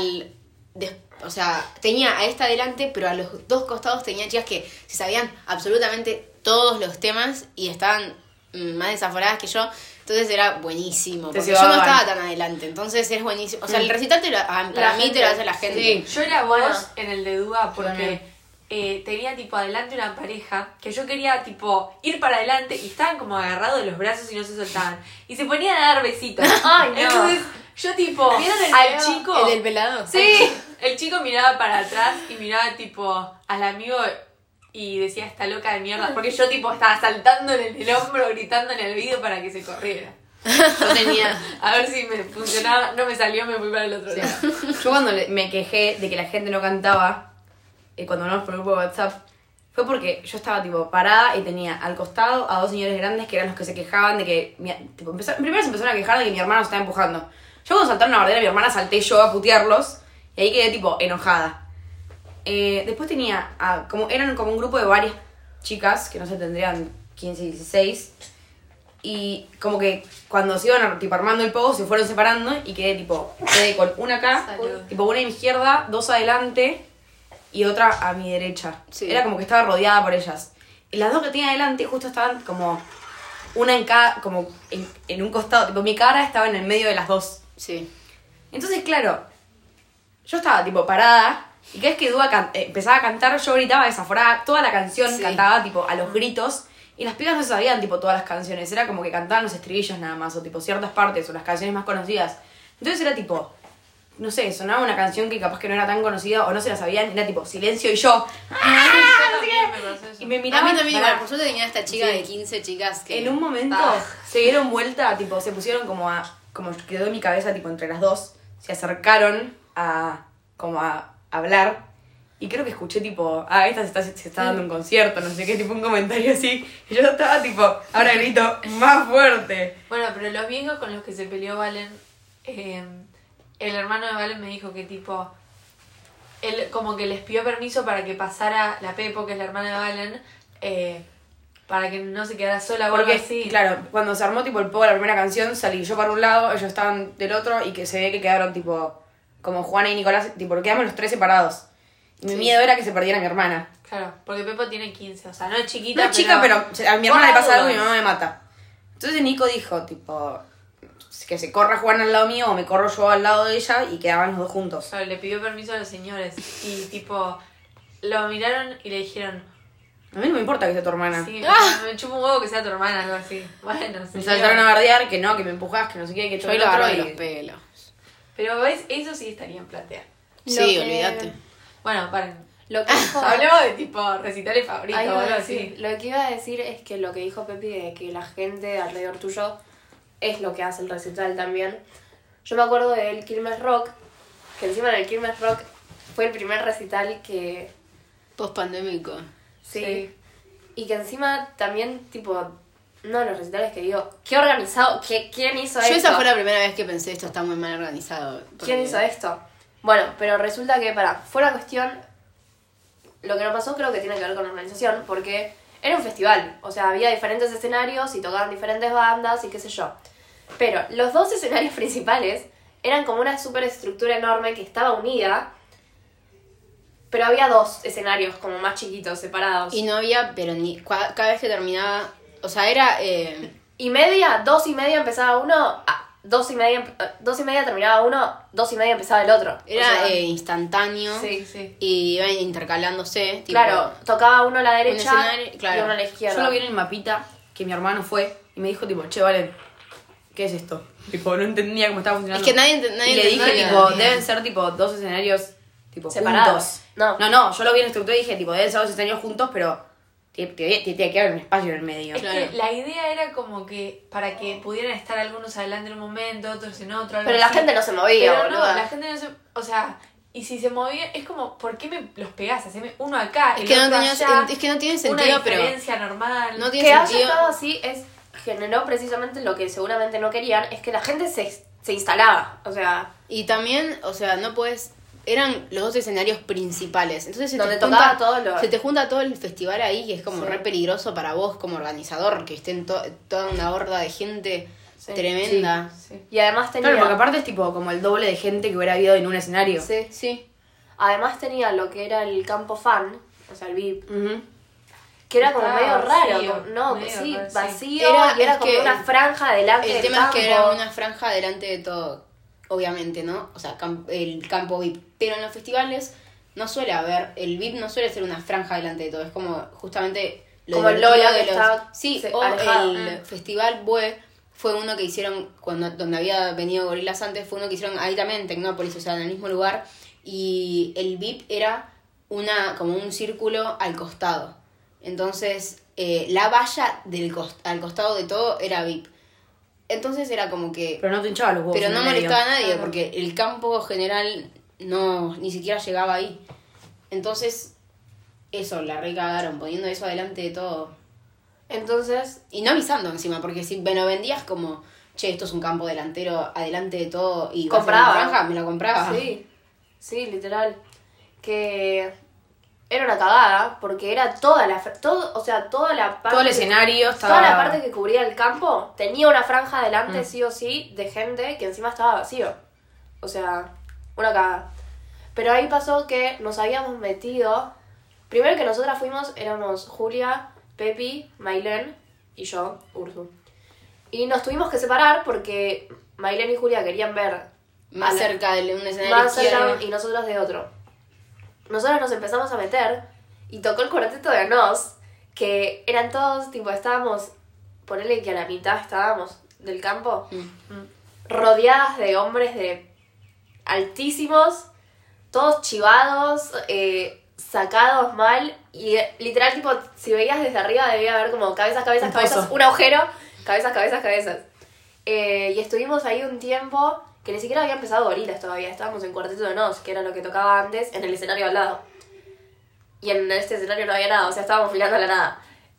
o sea, tenía a esta adelante, pero a los 2 costados tenía chicas que se sabían absolutamente todos los temas y estaban más desaforadas que yo. Entonces era buenísimo, Te porque yo no llevaban. estaba tan adelante. Entonces es buenísimo. O sea, el recital para mí te lo hace la gente. Sí. Yo era Bueno. vos en el de Dúa porque También. tenía tipo adelante una pareja que yo quería tipo ir para adelante y estaban como agarrados de los brazos y no se soltaban. Y se ponían a dar besitos. Ay, no. Entonces yo tipo ¿Vieron el al video? chico... ¿El del pelado? Sí, el chico miraba para atrás y miraba tipo al amigo y decía, esta loca de mierda. Porque yo tipo estaba saltándole en el hombro, gritando en el video para que se corriera. Yo tenía, a ver si me funcionaba, no me salió, me fui para el otro lado. Yo cuando me quejé de que la gente no cantaba, cuando hablamos por el grupo de WhatsApp, fue porque yo estaba tipo parada y tenía al costado a 2 señores grandes que eran los que se quejaban de que... primero se empezaron a quejar de que mi hermana nos estaba empujando. Yo cuando saltaron la bardera mi hermana salté yo a putearlos y ahí quedé tipo enojada. Después tenía, eran como un grupo de varias chicas, que no sé, tendrían 15, 16... Y como que cuando se iban tipo armando el pogo se fueron separando y quedé con una acá, Salud. tipo una a mi izquierda, 2 adelante y otra a mi derecha. Sí. Era como que estaba rodeada por ellas. Y las 2 que tenía adelante justo estaban como una en cada, como en un costado, tipo mi cara estaba en el medio de las 2. Sí. Entonces, claro, yo estaba tipo parada y cada vez que Dúa empezaba a cantar yo gritaba desaforada, toda la canción Sí. cantaba tipo a los gritos. Y las pibas no sabían, tipo, todas las canciones. Era como que cantaban los estribillos nada más, o tipo ciertas partes, o las canciones más conocidas. Entonces era tipo, no sé, sonaba una canción que capaz que no era tan conocida, o no se la sabían, era tipo silencio y yo. Y me A miraban. mí también pará. igual, por suerte tenía esta chica Sí. de 15 chicas que... En un momento se dieron vuelta, tipo, se pusieron como quedó en mi cabeza, tipo, entre las 2, se acercaron como a hablar. Y creo que escuché tipo, esta se está dando un concierto, no sé qué, tipo un comentario así. Y yo estaba tipo, ahora grito más fuerte. Bueno, pero los viejos con los que se peleó Valen, el hermano de Valen me dijo que tipo, él como que les pidió permiso para que pasara la Pepo, que es la hermana de Valen, para que no se quedara sola o algo Porque, así. claro, cuando se armó tipo el pogo la primera canción, salí yo para un lado, ellos estaban del otro y que se ve que quedaron tipo, como Juana y Nicolás, tipo, quedamos los 3 separados. Y mi miedo era que se perdiera mi hermana. Claro, porque Pepo tiene 15, o sea, no es chiquita, No es chica, pero a mi por hermana le las pasa algo y mi dudas. mamá me mata. Entonces Nico dijo, tipo, que se corra Juana al lado mío o me corro yo al lado de ella y quedaban los 2 juntos. Claro, le pidió permiso a los señores y tipo, lo miraron y le dijeron, A mí no me importa que sea tu hermana. sí, me chupa un huevo que sea tu hermana, algo así. Bueno, Me señor. saltaron a bardear que no, que me empujás, que no sé qué, que Yo todo lo el otro. agarro de Y... los pelos. Pero ves, eso sí estaría en platea. Sí, Lo que- olvídate. Bueno, paren. Lo que dijo... Hablemos de tipo recitales favoritos Ahí o iba a algo decir, así. lo que iba a decir es que lo que dijo Pepi de que la gente alrededor tuyo es lo que hace el recital también. Yo me acuerdo del Quilmes Rock, que encima en el Quilmes Rock fue el primer recital que... Post pandémico. Sí. Sí. Y que encima también, tipo, uno de los recitales que digo, qué organizado, ¿quién hizo esto? Yo esa fue la primera vez que pensé, esto está muy mal organizado. ¿Quién hizo esto? Bueno, pero resulta que, fue una cuestión, lo que nos pasó creo que tiene que ver con la organización, porque era un festival, o sea, había diferentes escenarios y tocaban diferentes bandas y qué sé yo. Pero los 2 escenarios principales eran como una superestructura enorme que estaba unida, pero había 2 escenarios como más chiquitos, separados. Y no había, pero ni cada vez que terminaba, o sea, era... Y media, 2 y media empezaba uno, 2 y media terminaba uno, 2 y media empezaba el otro. Era O sea, instantáneo. Sí. Sí. Y iban intercalándose. Tipo, claro, tocaba uno a la derecha escenario, claro. y uno a la izquierda. Yo lo vi en el mapita que mi hermano fue y me dijo, tipo, che, Valen, ¿qué es esto? Tipo, no entendía cómo estaba funcionando. Es que nadie y le dije, nadie tipo, entendía. deben ser, tipo, 2 escenarios, tipo, Separados. juntos. No. Yo lo vi en la estructura y dije, tipo, deben ser 2 escenarios juntos, pero tiene que haber un espacio en el medio. Es Claro. que la idea era como que para que pudieran estar algunos adelante en un momento, otros en otro. algo Pero la así. gente no se movía, Pero no, boluda. la gente no se... O sea, y si se movía, es como, ¿por qué me los pegás? Haceme uno acá, Es el que no otro tenía- allá, es que no tiene una sentido, pero... diferencia normal. No tiene Que haya sentido. estado así generó precisamente lo que seguramente no querían, es que la gente se instalaba. O sea, Y también, o sea, no puedes... Eran los 2 escenarios principales. Entonces Donde tocaba todo lo- se te junta todo el festival ahí, que es como Sí. re peligroso para vos como organizador, que estén toda una horda de gente Sí. tremenda. Sí. y además tenía... Claro, porque aparte es, tipo, como el doble de gente que hubiera habido en un escenario. Sí. Sí. Además tenía lo que era el campo fan, o sea, el VIP, Ujú. que era como Estaba medio vacío, raro. No, medio sí, raro, sí. vacío, Era- y era es como que una franja delante El del tema campo. es que era una franja delante de todo, obviamente, ¿no? O sea, el campo VIP. Pero en los festivales no suele haber, el VIP no suele ser una franja delante de todo, es como justamente Como el divertido Lola que está Sí, o alejado. el festival Bue fue uno que hicieron, donde había venido Gorillaz antes, fue uno que hicieron ahí también en Tecnópolis, o sea, en el mismo lugar, y el VIP era como un círculo al costado. Entonces, la valla al costado de todo era VIP. Entonces era como que... Pero no te hinchaba los huevos. Pero en no el medio. molestaba a nadie, Claro. porque el campo general ni siquiera llegaba ahí. Entonces, eso, la recagaron, poniendo eso adelante de todo. Entonces, Y no avisando encima, porque si me lo vendías como, che, esto es un campo delantero, adelante de todo, y vas a hacer una compraba. franja, me lo compraba. Sí, literal. Que era una cagada, porque era toda la parte... Todo el escenario estaba... Toda la parte que cubría el campo tenía una franja adelante, sí o sí, de gente que encima estaba vacío. O sea, una cagada. Pero ahí pasó que nos habíamos metido... Primero que nosotras éramos Julia, Pepi, Mailén y yo, Ursu. Y nos tuvimos que separar porque Mailén y Julia querían ver Más cerca de un escenario más izquierdo. cerca y nosotros de otro. Nosotros nos empezamos a meter y tocó el cuarteto de Nos, que eran todos, tipo, estábamos, ponele que a la mitad estábamos del campo, rodeadas de hombres altísimos, todos chivados, sacados mal, y literal, tipo, si veías desde arriba debía haber como cabezas, Un cabezas, pozo. un agujero, cabezas. Y estuvimos ahí un tiempo que ni siquiera había empezado Gorillaz todavía, estábamos en Cuarteto de Nos, que era lo que tocaba antes, en el escenario al lado. Y en este escenario no había nada, o sea, estábamos mirando a la nada.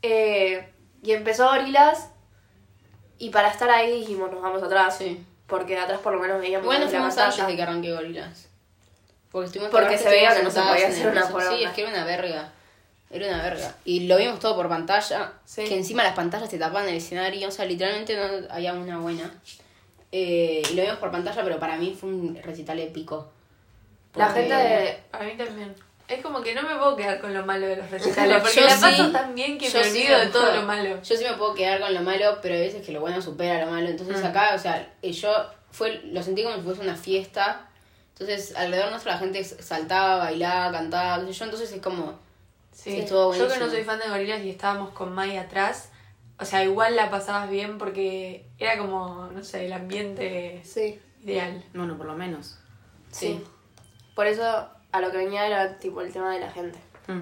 Y empezó Gorillaz, y para estar ahí dijimos, nos vamos atrás. Sí. Porque atrás por lo menos veíamos Bueno, la fuimos pantalla. antes de que arranque Gorillaz. Porque estuvimos Porque todas se veía las que no se sentadas podía en hacer el una piso. poronga. Sí, es que era una verga. Era una verga. Y lo vimos todo por pantalla. Sí. Que encima las pantallas te tapaban el escenario. O sea, literalmente no había una buena. Y lo vimos por pantalla, pero para mí fue un recital épico. La Porque- gente de... A mí también. Es como que no me puedo quedar con lo malo de los recitales, porque Yo la sí. paso tan bien que Yo me sí olvido me de todo puedo. lo malo. Yo sí me puedo quedar con lo malo, pero hay veces que lo bueno supera lo malo. Entonces acá, o sea, lo sentí como si fuese una fiesta. Entonces alrededor nuestro la gente saltaba, bailaba, cantaba, qué sé yo. Entonces es como... Sí. estuvo Yo que buenísimo. no soy fan de Gorillaz y estábamos con Mai atrás, o sea, igual la pasabas bien porque era como, no sé, el ambiente Sí, ideal. Bueno, por lo menos. sí. Por eso a lo que venía era tipo el tema de la gente. Mm.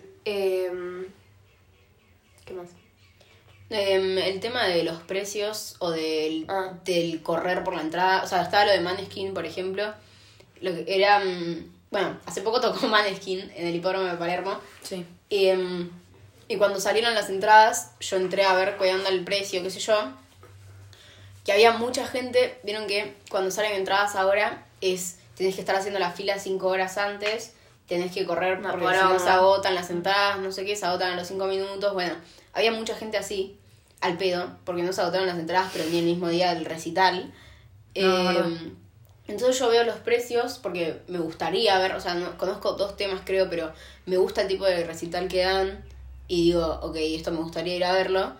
¿Qué más? El tema de los precios o del correr por la entrada, o sea, estaba lo de Maneskin, por ejemplo, lo que era, bueno, hace poco tocó Maneskin en el hipódromo de Palermo, Sí. y Y cuando salieron las entradas, yo entré a ver cuál onda el precio, qué sé yo. Que había mucha gente, vieron que cuando salen entradas ahora tenés que estar haciendo la fila 5 horas antes, tenés que correr Una porque si no poronga. se agotan las entradas, no sé qué, se agotan a los 5 minutos. Bueno, había mucha gente así, al pedo, porque no se agotaron las entradas, pero ni el mismo día del recital. verdad. Entonces yo veo los precios porque me gustaría ver, o sea, no, conozco 2 temas creo, pero me gusta el tipo de recital que dan y digo, ok, esto me gustaría ir a verlo.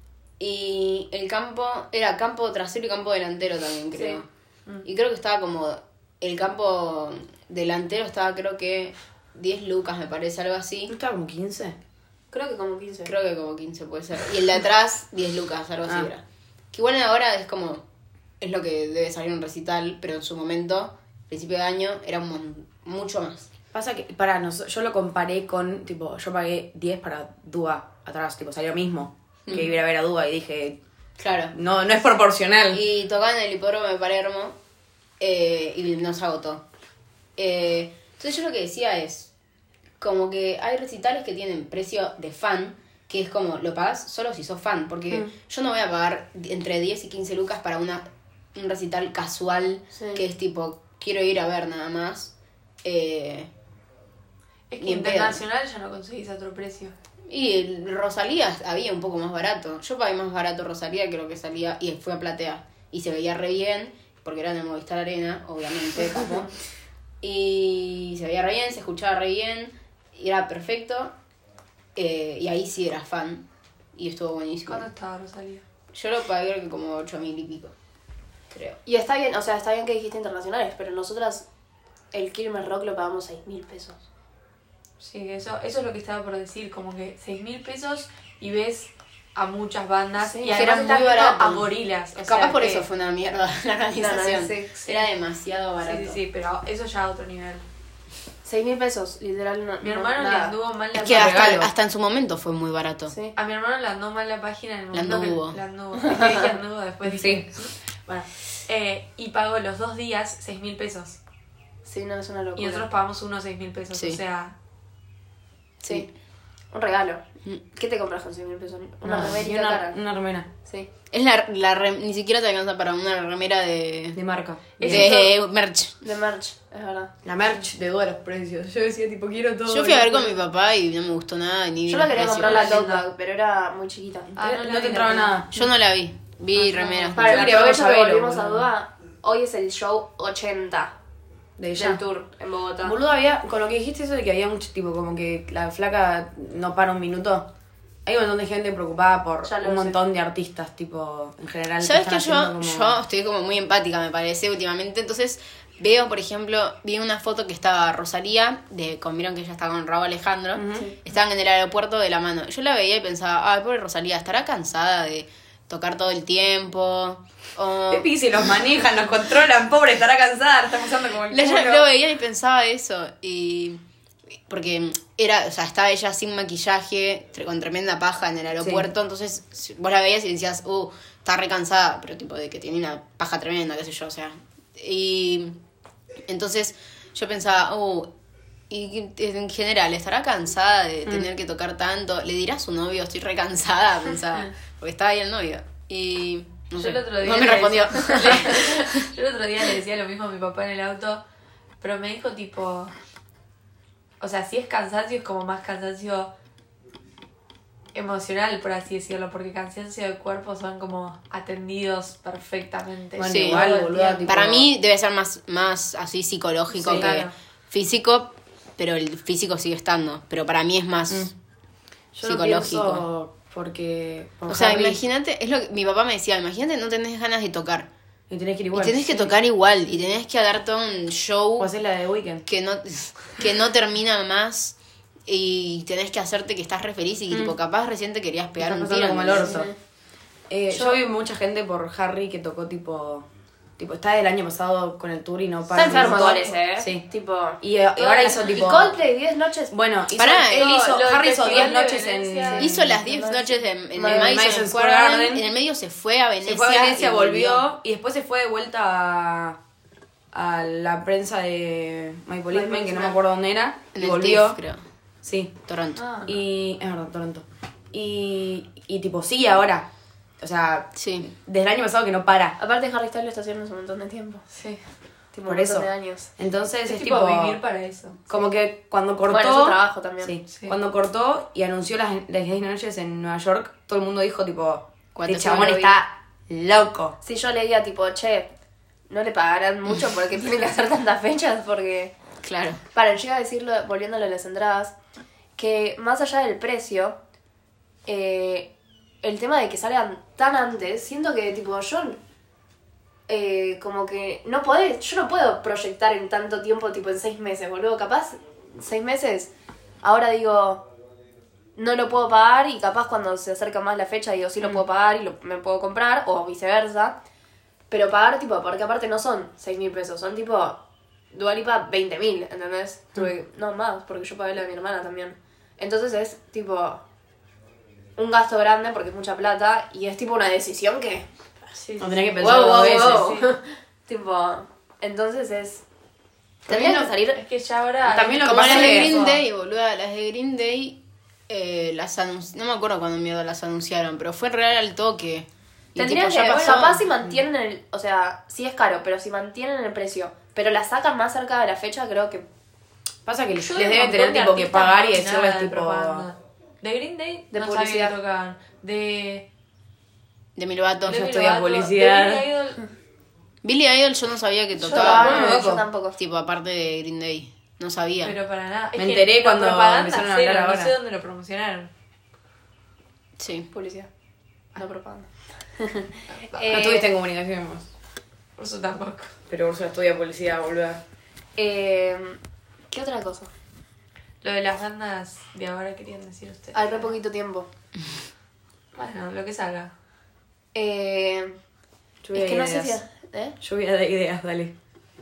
Y el campo era campo trasero y campo delantero también, creo. Y creo que estaba como, el campo delantero estaba creo que 10 lucas, me parece, algo así. ¿No estaba como 15? Creo que como 15. Creo que como 15 puede ser. Y el de atrás, 10 lucas, algo así Ah. era. Que igual ahora es como, es lo que debe salir un recital, pero en su momento, principio de año, era mucho más. Pasa que, yo lo comparé con, tipo, yo pagué 10 para Dua atrás, tipo, salió mismo que iba a ver a Dua y dije, Claro. no es proporcional. Y tocaban en el hipódromo de Palermo y no se agotó. Entonces yo lo que decía es, como que hay recitales que tienen precio de fan, que es como, lo pagas solo si sos fan, porque yo no voy a pagar entre 10 y 15 lucas para un recital casual, Sí. que es tipo, quiero ir a ver nada más. Es que Ni en pedo. internacional ya no conseguís a otro precio. Y el Rosalía había un poco más barato. Yo pagué más barato Rosalía que lo que salía y fue a Platea. Y se veía re bien, porque era en el Movistar Arena, obviamente, capo. Y se veía re bien, se escuchaba re bien, y era perfecto. Y ahí sí era fan. Y estuvo buenísimo. ¿Cuánto estaba Rosalía? Yo lo pagué creo que como 8.000 y pico, creo. Y está bien, o sea, está bien que dijiste internacionales, pero nosotras el Quilmes Rock lo pagamos 6.000 pesos. Sí, eso es lo que estaba por decir, como que 6.000 pesos y ves a muchas bandas Sí, y que además era muy muy barato barato. a gorilas. O Capaz sea por que- eso fue una mierda la organización. No, sí. Era demasiado barato. Sí, sí, pero eso ya a otro nivel. 6.000 pesos, literal. Mi hermano le nada. anduvo mal la Es que regalo. hasta en su momento fue muy barato. Sí. A mi hermano le andó mal la página en el La momento que- anduvo. La anduvo. Es que dije anduvo, después dije... Bueno, y pagó los 2 días 6.000 pesos. Sí, no, es una locura. Y nosotros pagamos unos 6.000 pesos. Sí. O sea, Sí. Un regalo. ¿Qué te compras con 6.000 pesos? Una No, remerita y cara. una remera Sí. Es ni siquiera te alcanza para una remera de de marca. merch. De merch, es verdad. La merch de Dua los precios. Yo decía, tipo, quiero todo. Yo fui a ver con mi papá y no me gustó nada ni Yo los la quería precios. comprar la Linda. tote bag, pero era muy chiquita. Ah, no la No vi, te entraba la vi. nada. Yo no la vi. Vi remeras. Para Yo el quería ver aprovecho que Sabelo, volvimos a boludo. Dua, hoy es el show 80 De del ella. tour en Bogotá. Boludo, había, con lo que dijiste eso de que había un tipo, como que la flaca no para un minuto. Hay un montón de gente preocupada por Ya lo un sé. montón de artistas, tipo, en general. ¿Sabes que que están yo haciendo como- estoy como muy empática, me parece, últimamente? Entonces veo, por ejemplo, vi una foto que estaba Rosalía, vieron que ella está con Raúl Alejandro, estaban en el aeropuerto de la mano. Yo la veía y pensaba, ay, pobre Rosalía, ¿estará cansada de tocar todo el tiempo? O... Pepi, si los manejan, los controlan, pobre, estará cansada, la estamos usando como el Yo culo. lo veía y pensaba eso. Y porque estaba ella sin maquillaje, con tremenda paja en el aeropuerto. Entonces vos la veías y decías, está re cansada, pero tipo de que tiene una paja tremenda, qué sé yo, o sea. Y entonces yo pensaba, y en general, ¿estará cansada de tener que tocar tanto? ¿Le dirá a su novio, estoy re cansada? Pensaba, porque estaba ahí el novio. Y no Yo sé, el otro día no me le respondió. Yo el otro día le decía lo mismo a mi papá en el auto, pero me dijo tipo... O sea, si es cansancio, es como más cansancio emocional, por así decirlo, porque cansancio de cuerpo son como atendidos perfectamente. Bueno, Sí, igual, todo el boluda, tiempo. tipo- Para mí debe ser más así psicológico Sí, que claro. físico, pero el físico sigue estando. Pero para mí es más Yo lo psicológico. pienso porque... por O sea, Harry, imagínate, es lo que mi papá me decía, imagínate no tenés ganas de tocar. Y tenés que ir igual. y tenés que sí. tocar igual, y tenés que darte un show O hacer la de Weekend. que no termina más. Y tenés que hacerte que estás re feliz y tipo capaz recién te querías pegar Estás un pasando tiro. como el ¿entendés? orto. Yo vi mucha gente por Harry que tocó tipo está del año pasado con el tour y no Está para. enfermo un igual minuto. ese, Sí. Tipo... Y ahora hizo tipo... Y Coldplay, 10 noches. Bueno, Pará, él hizo, lo del Harry hizo 10 Festival de noches Venecia. en... Hizo las 10 noches en el Madison Madison Square Square Garden. Garden. En el medio se fue a Venecia. Se fue a Venecia, y volvió y después se fue de vuelta a la prensa de My Policeman, que no me acuerdo dónde era. En Y el volvió. TIFF, creo. Sí. Toronto. Ah, Y es verdad, Toronto. Y tipo, sigue ahora. O sea, Sí. desde el año pasado que no para. Aparte Harry Styles lo está haciendo hace un montón de tiempo. Sí. Tipo, Por un montón eso. de años. Entonces Es es tipo tipo... vivir para eso. Como que cuando cortó... Bueno, es su trabajo también. Sí. Sí. Cuando cortó y anunció las 10 noches en Nueva York, todo el mundo dijo tipo, Cuando este yo chabón lo vi. está loco. Si yo leía tipo, che, no le pagarán mucho porque tienen que hacer tantas fechas porque... Claro. Para, yo iba a decirlo, volviéndolo a las entradas, que más allá del precio, el tema de que salgan tan antes, siento que tipo yo como que yo no puedo proyectar en tanto tiempo, tipo en 6 meses, boludo. Capaz 6 meses, ahora digo, no lo puedo pagar y capaz cuando se acerca más la fecha digo, sí lo puedo pagar y me puedo comprar, o viceversa. Pero pagar, tipo, porque aparte no son 6.000 pesos, son tipo, Dua Lipa 20.000, ¿entendés? No más, porque yo pagué la de mi hermana también. Entonces es tipo un gasto grande porque es mucha plata y es tipo una decisión que... Sí, No sí, tenés sí. que pensar dos veces. sí. Tipo, entonces es... Tendría que salir... Es que ya ahora. También lo que Como pasa las de es que- Green Day, boluda, las de Green Day, no me acuerdo cuándo mierda las anunciaron, pero fue real al toque. Y Tendrían tipo, que... ya pasó. Capaz si mantienen el... O sea, sí es caro, pero si mantienen el precio, pero la sacan más cerca de la fecha, creo que... Pasa que les Yo vi un deben montón tener de tipo que artistas pagar y más decirles nada de tipo... propaganda. De Green Day De no publicidad. sabía que tocaban. De De Milvato. Demi estudié Lovato, publicidad. de Billy Idol. Billy Idol yo no sabía que Yo tocaba. tampoco. No, yo tampoco. Tipo, aparte de Green Day. No sabía. Pero para nada. Es Me que enteré la cuando propaganda empezaron a cero, hablar No ahora. sé dónde lo promocionaron. Sí. Publicidad. No propaganda. No tuviste en comunicación vos. Por eso tampoco. Pero Úrsula estudia publicidad, boluda. ¿Qué otra cosa? Lo de las bandas de ahora querían decir ustedes. Hay re poquito tiempo. Bueno, lo que salga. Es Lluvia que de no sé si... ideas. ¿Eh? Lluvia de ideas, dale.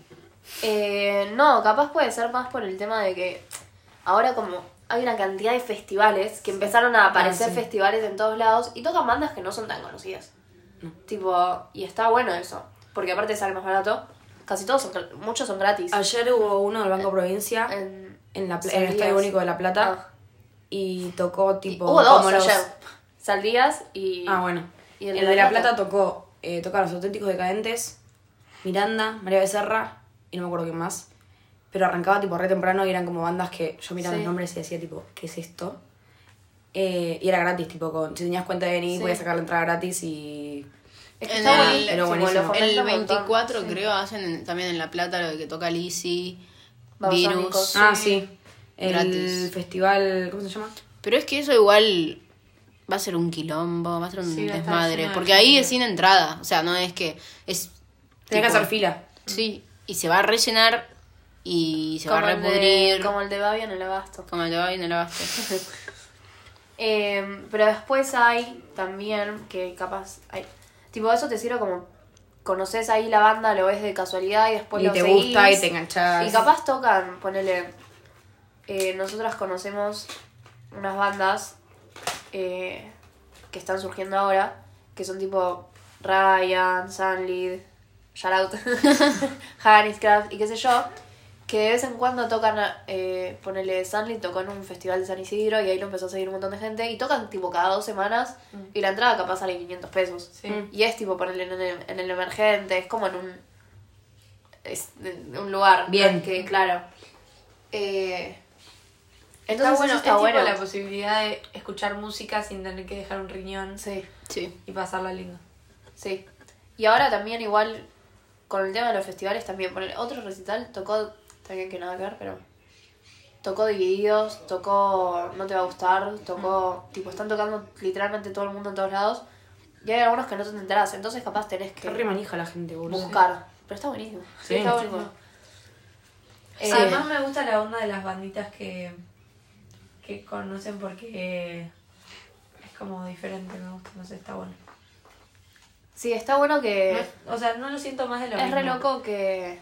No, capaz puede ser más por el tema de que ahora como hay una cantidad de festivales que empezaron a aparecer sí. festivales en todos lados y tocan bandas que no son tan conocidas. Tipo, y está bueno eso, porque aparte sale más barato. Casi todos muchos son gratis. Ayer hubo uno del Banco Provincia En- en el Saldías. Estadio Único de La Plata Ah. y tocó tipo... Hubo dos como los- ayer. Saldías y... Ah, bueno. y el de La Plata tocó, tocaron Los Auténticos Decadentes, Miranda, María Becerra y no me acuerdo quién más. Pero arrancaba tipo re temprano y eran como bandas que yo miraba Sí. los nombres y decía tipo, ¿qué es esto? Y era gratis, tipo, si tenías cuenta de venir Sí. podías sacar la entrada gratis y... Es que En está el- buenísimo, pero lo buenísimo. fomenta El un montón. 24 creo hacen también en La Plata lo de que toca Lizzy, Babasónicos. Virus. Ah, sí. El Gratis. festival, ¿cómo se llama? Pero es que eso igual va a ser un quilombo, va a ser un Sí, va a estar desmadre. lleno de Porque ahí gente. es sin entrada. O sea, no es que. Es. Tenés que tipo- hacer fila. Sí, y se va a rellenar y se va a Como el de- repudrir. como el de Babi en el Abasto. Como el de Babi en el abasto. Pero después hay también que capaz hay, tipo eso te sirve como conoces ahí la banda, lo ves de casualidad y después Y lo te seguís. gusta y te enganchás. Y capaz tocan, ponele, nosotras conocemos unas bandas que están surgiendo ahora, que son tipo Ryan, Sunlead, Shout Out, Harris Craft y qué sé yo, que de vez en cuando tocan, ponele Sunlead tocó en un festival de San Isidro y ahí lo empezó a seguir un montón de gente y tocan tipo cada 2 semanas y la entrada capaz sale 500 pesos. Sí. Y es tipo ponerle en el emergente, es como en un lugar. Bien. Que, claro. Está Entonces bueno, eso está es bueno. tipo la posibilidad de escuchar música sin tener que dejar un riñón Sí, Sí. y pasarla lindo. sí. Y ahora también igual con el tema de los festivales también. Ponele, otro recital tocó, también que nada que ver, pero tocó Divididos, tocó No Te Va a Gustar, tocó, tipo, están tocando literalmente todo el mundo en todos lados. Y hay algunos que no te enterás, entonces capaz tenés que Qué re manija la gente, boludo. buscar. Pero está buenísimo. Sí. Está buenísimo. Además me gusta la onda de las banditas que conocen porque es como diferente, me gusta, no sé, está bueno. Sí, está bueno que... O sea, no lo siento más de lo Es mismo. re loco que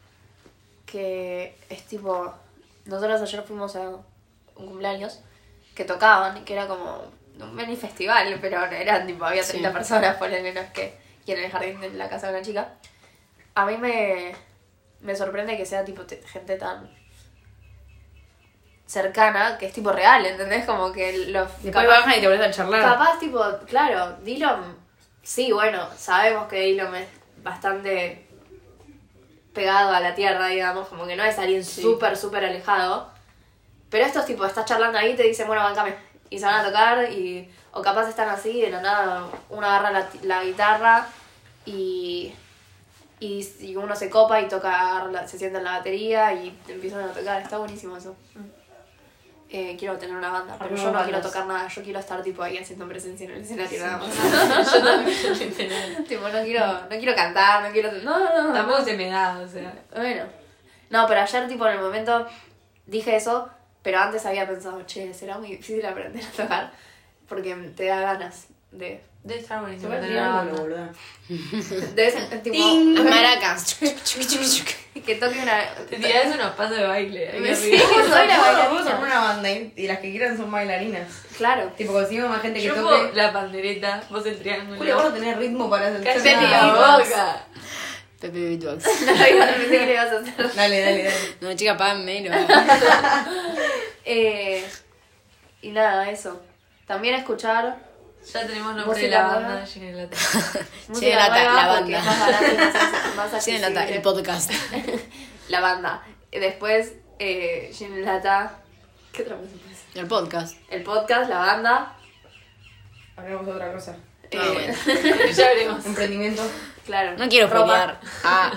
es tipo... Nosotros ayer fuimos a un cumpleaños que tocaban, que era como un mini festival, pero eran tipo, había 30 Sí. personas, ponele, no es que... Y en el jardín de la casa de una chica. A mí me sorprende que sea tipo gente tan... cercana, que es tipo real, ¿entendés? Como que los... Después bajan y te vuelves a charlar. Capaz, tipo, claro, Dylan, sí, bueno, sabemos que Dylan es bastante pegado a la tierra, digamos, como que no es alguien súper, súper alejado. Pero estos tipos, estás charlando ahí y te dicen, bueno, bancame. Y se van a tocar, o capaz están así, de la nada, uno agarra la guitarra y uno se copa y toca, se sienta en la batería y empiezan a tocar. Está buenísimo eso. Quiero tener una banda, pero yo no quiero tocar nada, yo quiero estar tipo ahí haciendo presencia en el escenario nada más. Yo también. Tipo, no quiero cantar, no quiero... No. Tampoco se me da, o sea. Bueno. No, pero ayer tipo en el momento dije eso, pero antes había pensado, che, será muy difícil aprender a tocar, porque te da ganas de... Debe estar buenísimo Se va a tener tirar una algo, banda. boludo. Debe ser tipo... Maracas. que toque una... Te tirás unos pasos de baile. Ahí Sí, arriba. soy la Vamos a bailarina. armar una banda y las que quieran son bailarinas. Claro. Tipo, conseguimos más gente que Yo toque. puedo la pandereta, vos el triángulo. Julio, vos no tenés ritmo para hacer Cállate nada. la boca. Pepe Beatbox. No pensé que le ibas a hacer. Dale. No, chica, págame. No. Y nada, eso. También escuchar Ya tenemos nombre de música la nueva. banda, Gina Lata. música Lata, nueva la porque banda. es más barato y más Tiene accesible. Lata, el podcast. La banda. Y después, Gin Lata. ¿Qué otra cosa puede ser? El podcast. El podcast, la banda. Hablemos de otra cosa. eh, Ya veremos. Emprendimiento. claro. No quiero ropa. spoilear. Ah,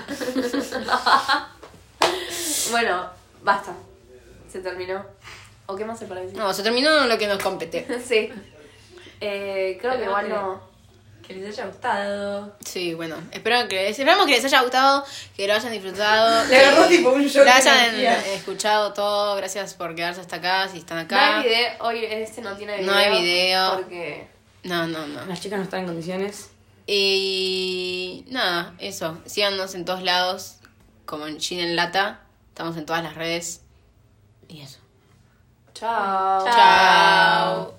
Bueno, basta. Se terminó. ¿O qué más se para decir? no, se terminó lo que nos compete. Sí. Creo que igual no. Que les haya gustado. Sí, bueno, esperamos que les haya gustado, que lo hayan disfrutado, Le agarró que tipo un lo shot de hayan energía. escuchado todo. Gracias por quedarse hasta acá, si están No hay acá. video. Hoy este no tiene video. No hay video. Porque. No. Las chicas no están en condiciones. Y nada, eso. Síganos en todos lados, como en Gin en Lata. Estamos en todas las redes. Y eso. Chao. Chao.